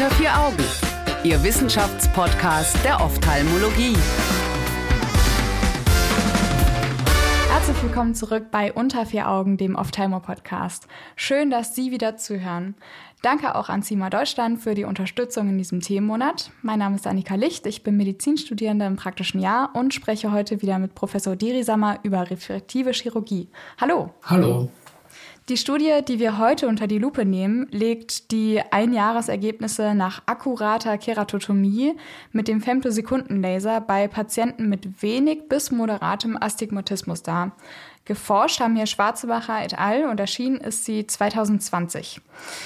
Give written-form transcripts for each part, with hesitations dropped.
Unter vier Augen, Ihr Wissenschaftspodcast der Ophthalmologie. Herzlich willkommen zurück bei Unter vier Augen, dem Ophthalmo-Podcast. Schön, dass Sie wieder zuhören. Danke auch an CIMA Deutschland für die Unterstützung in diesem Themenmonat. Mein Name ist Annika Licht, ich bin Medizinstudierende im praktischen Jahr und spreche heute wieder mit Professor Dirisamer über refraktive Chirurgie. Hallo. Hallo. Die Studie, die wir heute unter die Lupe nehmen, legt die Einjahresergebnisse nach akkurater Keratotomie mit dem Femtosekundenlaser bei Patienten mit wenig bis moderatem Astigmatismus dar. Geforscht haben hier Schwarzebacher et al. Und erschienen ist sie 2020.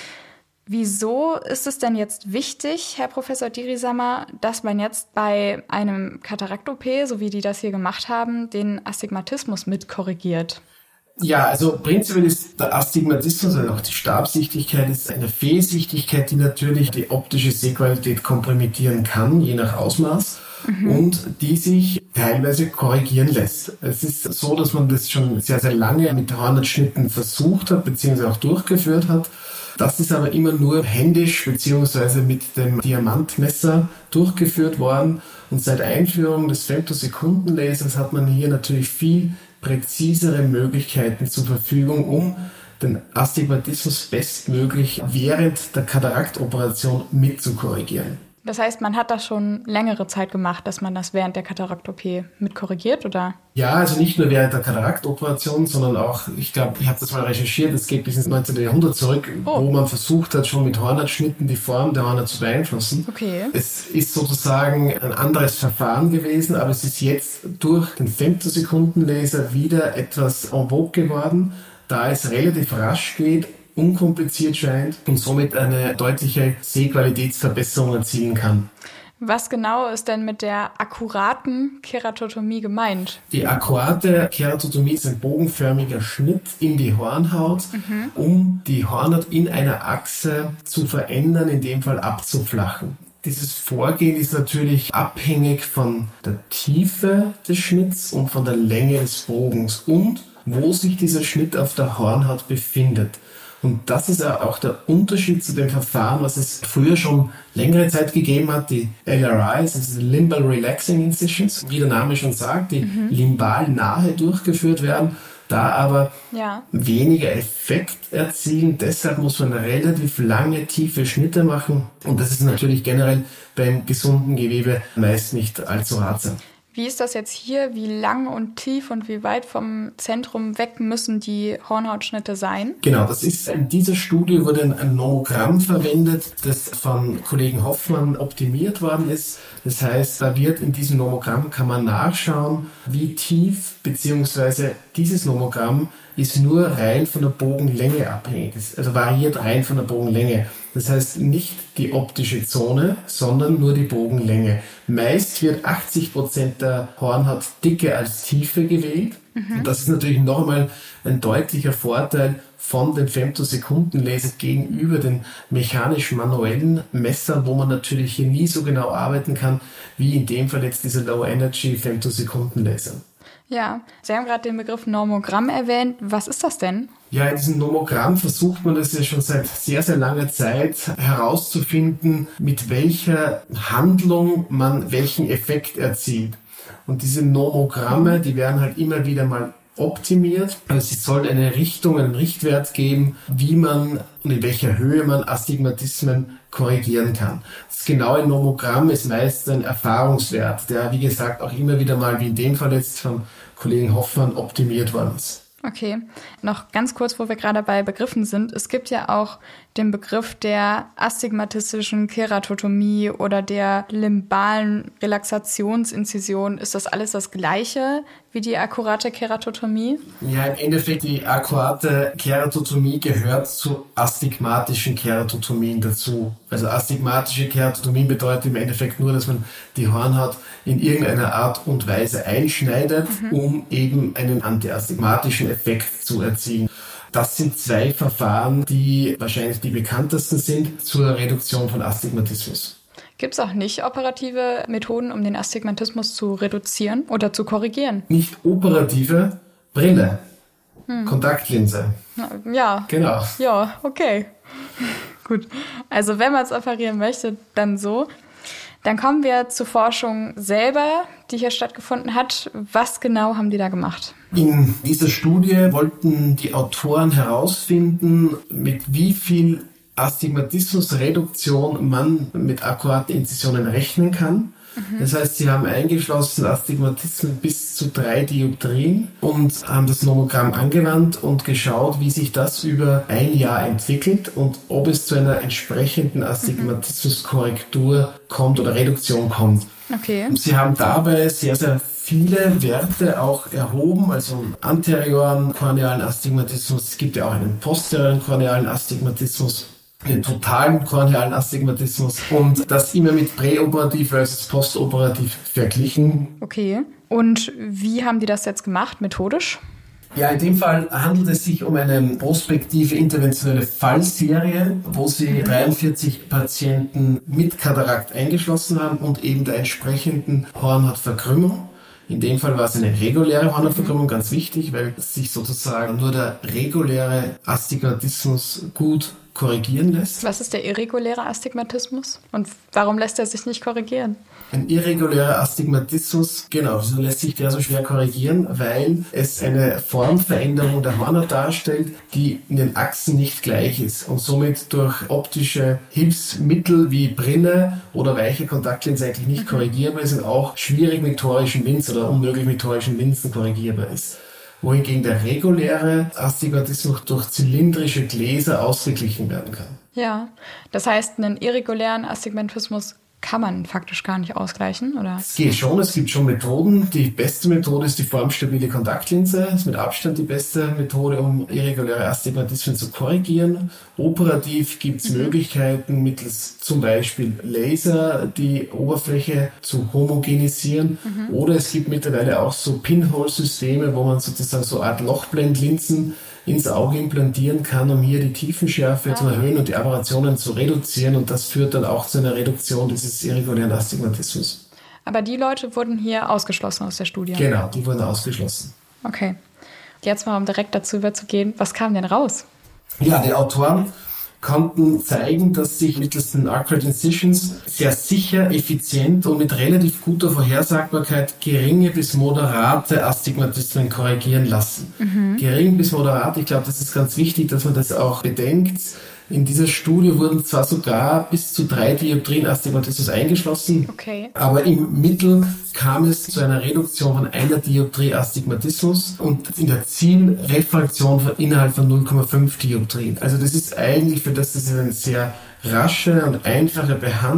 Wieso ist es denn jetzt wichtig, Herr Professor Dirisamer, dass man jetzt bei einem Katarakt-OP, so wie die das hier gemacht haben, den Astigmatismus mit korrigiert? Ja, also prinzipiell ist der Astigmatismus, also auch die Stabsichtigkeit, ist eine Fehlsichtigkeit, die natürlich die optische Sehqualität kompromittieren kann, je nach Ausmaß, und die sich teilweise korrigieren lässt. Es ist so, dass man das schon sehr, sehr lange mit Hornhautschnitten versucht hat, beziehungsweise auch durchgeführt hat. Das ist aber immer nur händisch beziehungsweise mit dem Diamantmesser durchgeführt worden. Und seit Einführung des Femtosekundenlasers hat man hier natürlich viel präzisere Möglichkeiten zur Verfügung, um den Astigmatismus bestmöglich während der Kataraktoperation mit zu korrigieren. Das heißt, man hat das schon längere Zeit gemacht, dass man das während der Katarakt-OP mit korrigiert, oder? Ja, also nicht nur während der Kataraktoperation, sondern auch, ich glaube, ich habe das mal recherchiert, es geht bis ins 19. Jahrhundert zurück, wo man versucht hat, schon mit Hornhautschnitten die Form der Hornhaut zu beeinflussen. Okay. Es ist sozusagen ein anderes Verfahren gewesen, aber es ist jetzt durch den Femtosekundenlaser wieder etwas en vogue geworden, da es relativ rasch geht, unkompliziert scheint und somit eine deutliche Sehqualitätsverbesserung erzielen kann. Was genau ist denn mit der akkuraten Keratotomie gemeint? Die akkurate Keratotomie ist ein bogenförmiger Schnitt in die Hornhaut, um die Hornhaut in einer Achse zu verändern, in dem Fall abzuflachen. Dieses Vorgehen ist natürlich abhängig von der Tiefe des Schnitts und von der Länge des Bogens und wo sich dieser Schnitt auf der Hornhaut befindet. Und das ist auch der Unterschied zu dem Verfahren, was es früher schon längere Zeit gegeben hat, die LRIs, also Limbal Relaxing Incisions, wie der Name schon sagt, die limbal nahe durchgeführt werden, da aber weniger Effekt erzielen. Deshalb muss man relativ lange, tiefe Schnitte machen. Und das ist natürlich generell beim gesunden Gewebe meist nicht allzu ratsam. Wie ist das jetzt hier? Wie lang und tief und wie weit vom Zentrum weg müssen die Hornhautschnitte sein? Genau, das ist in dieser Studie wurde ein Nomogramm verwendet, das von Kollegen Hoffmann optimiert worden ist. Das heißt, da wird in diesem Nomogramm kann man nachschauen, wie tief, beziehungsweise dieses Nomogramm ist nur rein von der Bogenlänge abhängig. Also variiert rein von der Bogenlänge. Das heißt nicht die optische Zone, sondern nur die Bogenlänge. Meist wird 80% der Hornhautdicke als Tiefe gewählt. Und das ist natürlich noch einmal ein deutlicher Vorteil von dem Femtosekundenlaser gegenüber den mechanischen manuellen Messern, wo man natürlich hier nie so genau arbeiten kann, wie in dem Fall jetzt dieser Low-Energy Femtosekundenlaser. Ja, Sie haben gerade den Begriff Nomogramm erwähnt. Was ist das denn? Ja, in diesem Nomogramm versucht man das ja schon seit sehr, sehr langer Zeit herauszufinden, mit welcher Handlung man welchen Effekt erzielt. Und diese Nomogramme, die werden halt immer wieder mal optimiert. Also es soll eine Richtung, einen Richtwert geben, wie man und in welcher Höhe man Astigmatismen korrigieren kann. Das genaue Nomogramm ist meist ein Erfahrungswert, der, wie gesagt, auch immer wieder mal, wie in dem Fall jetzt vom Kollegen Hoffmann, optimiert worden ist. Okay, noch ganz kurz, wo wir gerade bei Begriffen sind. Es gibt ja auch den Begriff der astigmatistischen Keratotomie oder der limbalen Relaxationsinzision. Ist das alles das Gleiche wie die akkurate Keratotomie? Ja, im Endeffekt, die akkurate Keratotomie gehört zu astigmatischen Keratotomien dazu. Also astigmatische Keratotomie bedeutet im Endeffekt nur, dass man die Hornhaut in irgendeiner Art und Weise einschneidet, um eben einen antiastigmatischen Effekt zu erzielen. Das sind zwei Verfahren, die wahrscheinlich die bekanntesten sind zur Reduktion von Astigmatismus. Gibt es auch nicht operative Methoden, um den Astigmatismus zu reduzieren oder zu korrigieren? Nicht operative, Brille, Kontaktlinse. Ja. Genau. Ja, okay. Gut, also wenn man es operieren möchte, dann so. Dann kommen wir zur Forschung selber, die hier stattgefunden hat. Was genau haben die da gemacht? In dieser Studie wollten die Autoren herausfinden, mit wie viel Astigmatismusreduktion man mit akkuraten Inzisionen rechnen kann. Das heißt, sie haben eingeschlossen Astigmatismen bis zu 3 Dioptrien und haben das Nomogramm angewandt und geschaut, wie sich das über ein Jahr entwickelt und ob es zu einer entsprechenden Astigmatismuskorrektur kommt oder Reduktion kommt. Okay. Sie haben dabei sehr, sehr viele Werte auch erhoben, also einen anterioren kornealen Astigmatismus. Es gibt ja auch einen posterioren kornealen Astigmatismus, den totalen kornealen Astigmatismus und das immer mit präoperativ versus postoperativ verglichen. Okay. Und wie haben die das jetzt gemacht, methodisch? Ja, in dem Fall handelt es sich um eine prospektive interventionelle Fallserie, wo sie 43 Patienten mit Katarakt eingeschlossen haben und eben der entsprechenden Hornhautverkrümmung. In dem Fall war es eine reguläre Hornhautverkrümmung, ganz wichtig, weil sich sozusagen nur der reguläre Astigmatismus gut korrigieren lässt. Was ist der irreguläre Astigmatismus und warum lässt er sich nicht korrigieren? Ein irregulärer Astigmatismus, genau, so lässt sich der so schwer korrigieren, weil es eine Formveränderung der Hornhaut darstellt, die in den Achsen nicht gleich ist und somit durch optische Hilfsmittel wie Brille oder weiche Kontaktlinsen eigentlich nicht korrigierbar ist und auch schwierig mit torischen Linsen oder unmöglich mit torischen Linsen korrigierbar ist. Wohingegen der reguläre Astigmatismus durch zylindrische Gläser ausgeglichen werden kann. Ja, das heißt, einen irregulären Astigmatismus kann man faktisch gar nicht ausgleichen, oder? Es geht schon, es gibt schon Methoden. Die beste Methode ist die formstabile Kontaktlinse. Das ist mit Abstand die beste Methode, um irreguläre Astigmatismen zu korrigieren. Operativ gibt es Möglichkeiten, mittels zum Beispiel Laser die Oberfläche zu homogenisieren. Oder es gibt mittlerweile auch so Pinhole-Systeme, wo man sozusagen so eine Art Lochblendlinsen ins Auge implantieren kann, um hier die Tiefenschärfe zu erhöhen und die Aberrationen zu reduzieren. Und das führt dann auch zu einer Reduktion dieses irregulären Astigmatismus. Aber die Leute wurden hier ausgeschlossen aus der Studie? Genau, die wurden ausgeschlossen. Okay. Jetzt mal, um direkt dazu überzugehen, was kam denn raus? Ja, die Autoren konnten zeigen, dass sich mittels den Accurate Incisions sehr sicher, effizient und mit relativ guter Vorhersagbarkeit geringe bis moderate Astigmatismen korrigieren lassen. Gering bis moderat, ich glaube, das ist ganz wichtig, dass man das auch bedenkt. In dieser Studie wurden zwar sogar bis zu 3 Dioptrien Astigmatismus eingeschlossen, aber im Mittel kam es zu einer Reduktion von 1 Dioptrie Astigmatismus und in der Zielrefraktion von innerhalb von 0,5 Dioptrien. Also das ist eigentlich für das eine sehr rasche und einfache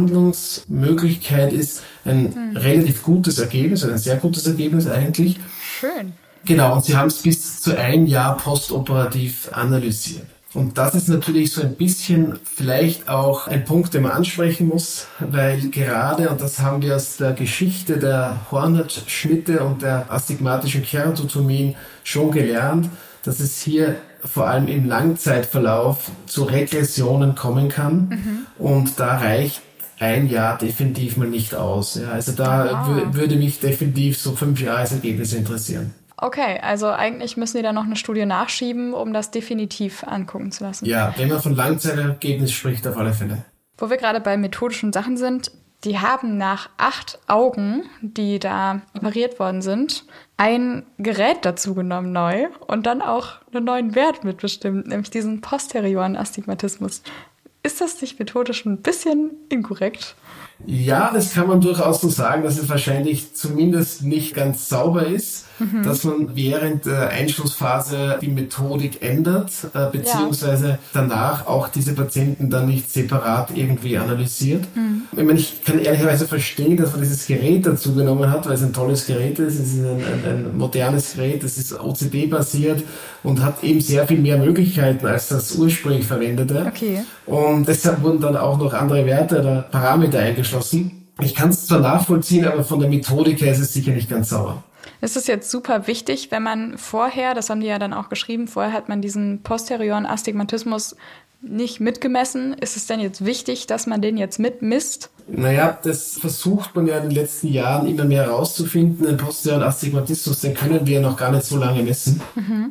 Behandlungsmöglichkeit ist, ein relativ gutes Ergebnis, ein sehr gutes Ergebnis eigentlich. Schön. Genau, und sie haben es bis zu 1 Jahr postoperativ analysiert. Und das ist natürlich so ein bisschen vielleicht auch ein Punkt, den man ansprechen muss, weil gerade, und das haben wir aus der Geschichte der Hornhautschnitte und der astigmatischen Keratotomien schon gelernt, dass es hier vor allem im Langzeitverlauf zu Regressionen kommen kann. Und da reicht 1 Jahr definitiv mal nicht aus. Ja, also da würde mich definitiv so 5 Jahresergebnisse interessieren. Okay, also eigentlich müssen die dann noch eine Studie nachschieben, um das definitiv angucken zu lassen. Ja, wenn man von Langzeitergebnis spricht, auf alle Fälle. Wo wir gerade bei methodischen Sachen sind, die haben nach 8 Augen, die da operiert worden sind, ein Gerät dazu genommen neu und dann auch einen neuen Wert mitbestimmt, nämlich diesen posterioren Astigmatismus. Ist das nicht methodisch ein bisschen inkorrekt? Ja, das kann man durchaus so sagen, dass es wahrscheinlich zumindest nicht ganz sauber ist, dass man während der Einschlussphase die Methodik ändert, beziehungsweise danach auch diese Patienten dann nicht separat irgendwie analysiert. Ich meine, ich kann ehrlicherweise verstehen, dass man dieses Gerät dazu genommen hat, weil es ein tolles Gerät ist, es ist ein modernes Gerät, es ist OCD-basiert und hat eben sehr viel mehr Möglichkeiten als das ursprünglich verwendete. Okay. Und deshalb wurden dann auch noch andere Werte oder Parameter eingeschlossen. Ich kann es zwar nachvollziehen, aber von der Methodik her ist es sicher nicht ganz sauber. Es ist jetzt super wichtig, wenn man vorher, das haben die ja dann auch geschrieben, vorher hat man diesen posterioren Astigmatismus nicht mitgemessen. Ist es denn jetzt wichtig, dass man den jetzt mitmisst? Naja, das versucht man ja in den letzten Jahren immer mehr herauszufinden. Den posteriorem Astigmatismus, den können wir noch gar nicht so lange messen.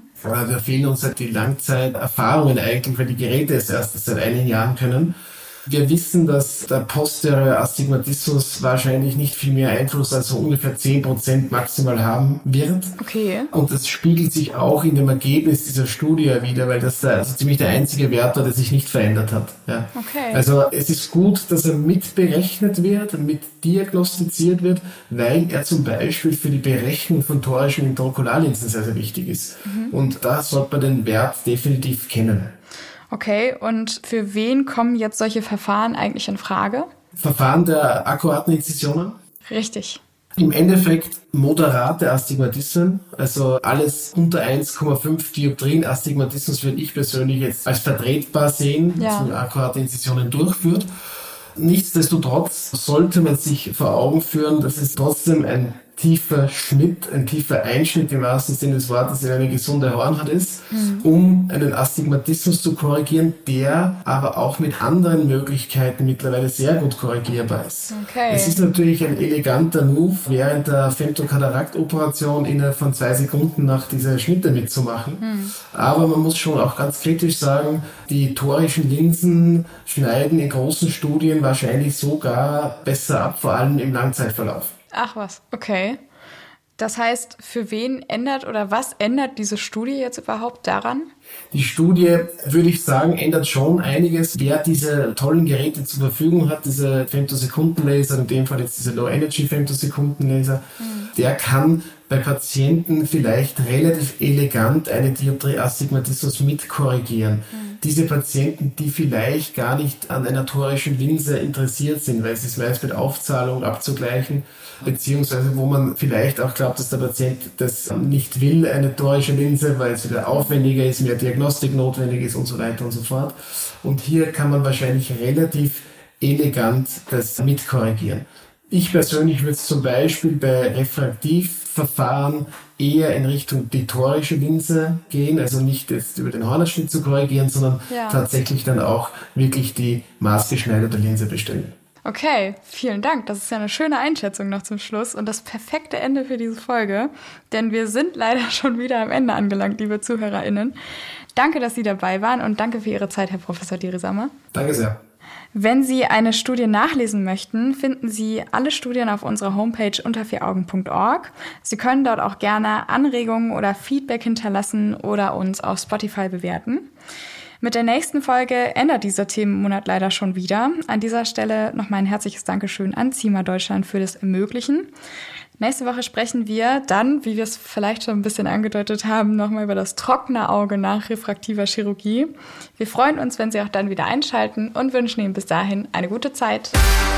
Da fehlen uns halt die Langzeiterfahrungen eigentlich, weil die Geräte es erst seit einigen Jahren können. Wir wissen, dass der posteriore Astigmatismus wahrscheinlich nicht viel mehr Einfluss als so ungefähr 10% maximal haben wird. Okay. Und das spiegelt sich auch in dem Ergebnis dieser Studie wieder, weil das da ziemlich der einzige Wert war, der sich nicht verändert hat. Ja. Okay. Also es ist gut, dass er mitberechnet wird, mit diagnostiziert wird, weil er zum Beispiel für die Berechnung von torischen Intraokularlinsen sehr, sehr wichtig ist. Und da sollte man den Wert definitiv kennen. Okay, und für wen kommen jetzt solche Verfahren eigentlich in Frage? Verfahren der akkuraten Inzisionen? Richtig. Im Endeffekt moderate Astigmatismen, also alles unter 1,5 Dioptrien Astigmatismus würde ich persönlich jetzt als vertretbar sehen, dass man akkurate Inzisionen durchführt. Nichtsdestotrotz sollte man sich vor Augen führen, dass es trotzdem ein tiefer Schnitt, ein tiefer Einschnitt im wahrsten Sinne des Wortes in eine gesunde Hornhaut ist, um einen Astigmatismus zu korrigieren, der aber auch mit anderen Möglichkeiten mittlerweile sehr gut korrigierbar ist. Okay. Es ist natürlich ein eleganter Move, während der Femtokatarakt-Operation innerhalb von 2 Sekunden nach dieser Schnitte mitzumachen. Aber man muss schon auch ganz kritisch sagen, die torischen Linsen schneiden in großen Studien wahrscheinlich sogar besser ab, vor allem im Langzeitverlauf. Ach was, okay. Das heißt, für wen ändert oder was ändert diese Studie jetzt überhaupt daran? Die Studie, würde ich sagen, ändert schon einiges. Wer diese tollen Geräte zur Verfügung hat, diese Femtosekundenlaser, in dem Fall jetzt diese Low-Energy-Femtosekundenlaser, der kann bei Patienten vielleicht relativ elegant einen Dioptrie-Astigmatismus mitkorrigieren. Diese Patienten, die vielleicht gar nicht an einer torischen Linse interessiert sind, weil es ist meist mit Aufzahlung abzugleichen, beziehungsweise wo man vielleicht auch glaubt, dass der Patient das nicht will, eine torische Linse, weil es wieder aufwendiger ist, mehr Diagnostik notwendig ist und so weiter und so fort. Und hier kann man wahrscheinlich relativ elegant das mitkorrigieren. Ich persönlich würde zum Beispiel bei Refraktivverfahren eher in Richtung die torische Linse gehen, also nicht jetzt über den Hornhautschnitt zu korrigieren, sondern tatsächlich dann auch wirklich die maßgeschneiderte Linse bestellen. Okay, vielen Dank. Das ist ja eine schöne Einschätzung noch zum Schluss und das perfekte Ende für diese Folge, denn wir sind leider schon wieder am Ende angelangt, liebe ZuhörerInnen. Danke, dass Sie dabei waren und danke für Ihre Zeit, Herr Professor Dirisamer. Danke sehr. Wenn Sie eine Studie nachlesen möchten, finden Sie alle Studien auf unserer Homepage unter4augen.org. Sie können dort auch gerne Anregungen oder Feedback hinterlassen oder uns auf Spotify bewerten. Mit der nächsten Folge ändert dieser Themenmonat leider schon wieder. An dieser Stelle nochmal ein herzliches Dankeschön an CIMA Deutschland für das Ermöglichen. Nächste Woche sprechen wir dann, wie wir es vielleicht schon ein bisschen angedeutet haben, nochmal über das trockene Auge nach refraktiver Chirurgie. Wir freuen uns, wenn Sie auch dann wieder einschalten und wünschen Ihnen bis dahin eine gute Zeit.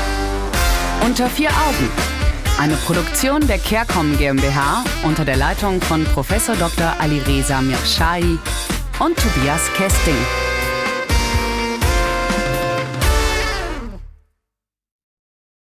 Unter 4 Augen. Eine Produktion der CareCom GmbH unter der Leitung von Prof. Dr. Alireza Mirshahi und Tobias Kesting.